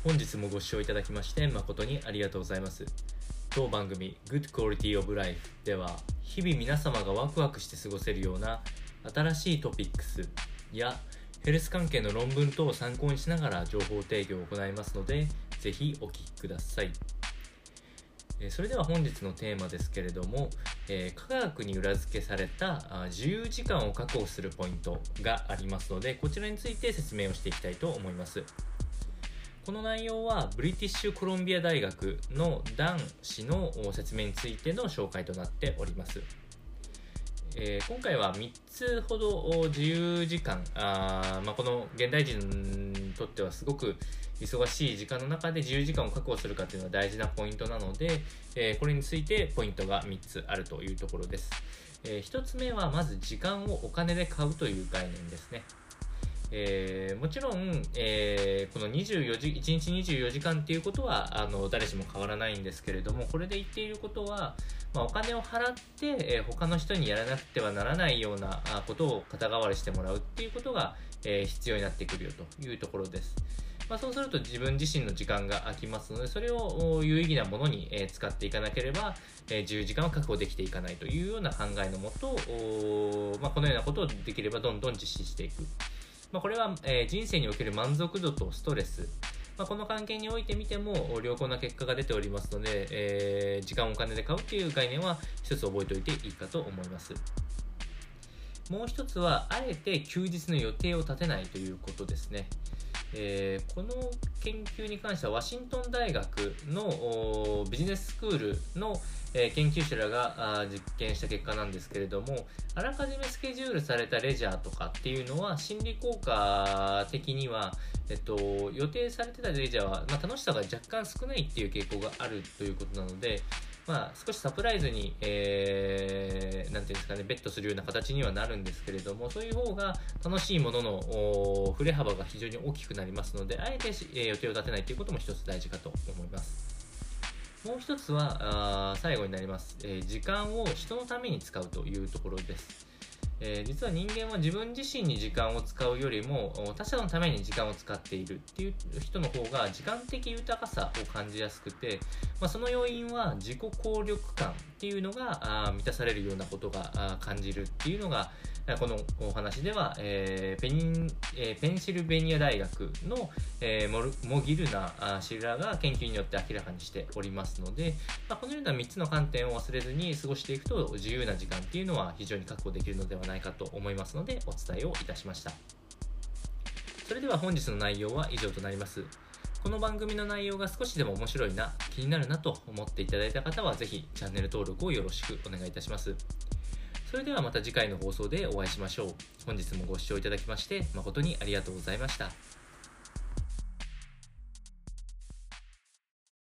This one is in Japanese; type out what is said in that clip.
本日もご視聴いただきまして誠にありがとうございます。当番組 Good Quality of Life では日々皆様がワクワクして過ごせるような新しいトピックスやヘルス関係の論文等を参考にしながら情報提供を行いますので、ぜひお聞きください。それでは本日のテーマですけれども、科学に裏付けされた自由時間を確保するポイントがありますので、こちらについて説明をしていきたいと思います。この内容はブリティッシュコロンビア大学のダン氏の説明についての紹介となっております。今回は3つほど自由時間、この現代人にとってはすごく忙しい時間の中で自由時間を確保するかというのは大事なポイントなので、これについてポイントが3つあるというところです。1つ目はまず時間をお金で買うという概念ですね。もちろん、この1日24時間っていうことは誰しも変わらないんですけれども、これで言っていることは、お金を払って、他の人にやらなくてはならないようなことを肩代わりしてもらうっていうことが、必要になってくるよというところです。そうすると自分自身の時間が空きますので、それを有意義なものに使っていかなければ自由時間を確保できていかないというような考えのもと、このようなことをできればどんどん実施していく。これは、人生における満足度とストレス、この関係においてみても良好な結果が出ておりますので、時間をお金で買うという概念は一つ覚えておいていいかと思います。もう一つはあえて休日の予定を立てないということですね。この研究に関してはワシントン大学のビジネススクールの研究者らが実験した結果なんですけれども、あらかじめスケジュールされたレジャーとかっていうのは心理効果的には、予定されてたレジャーは、楽しさが若干少ないっていう傾向があるということなので、少しサプライズに、なんていうんですかね、ベットするような形にはなるんですけれども、そういう方が楽しいものの振れ幅が非常に大きくなりますので、あえて、予定を立てないということも一つ大事かと思います。もう一つは最後になります、時間を人のために使うというところです。実は人間は自分自身に時間を使うよりも他者のために時間を使っているっていう人の方が時間的豊かさを感じやすくて、その要因は自己効力感っていうのが満たされるようなことが感じるっていうのがこのお話では、ペンシルベニア大学の、モギルナ氏らが研究によって明らかにしておりますので、このような3つの観点を忘れずに過ごしていくと自由な時間っていうのは非常に確保できるのではないかと思いますのでお伝えをいたしました。それでは本日の内容は以上となります。この番組の内容が少しでも面白いな、気になるなと思っていただいた方はぜひチャンネル登録をよろしくお願いいたします。それではまた次回の放送でお会いしましょう。本日もご視聴いただきまして誠にありがとうございました。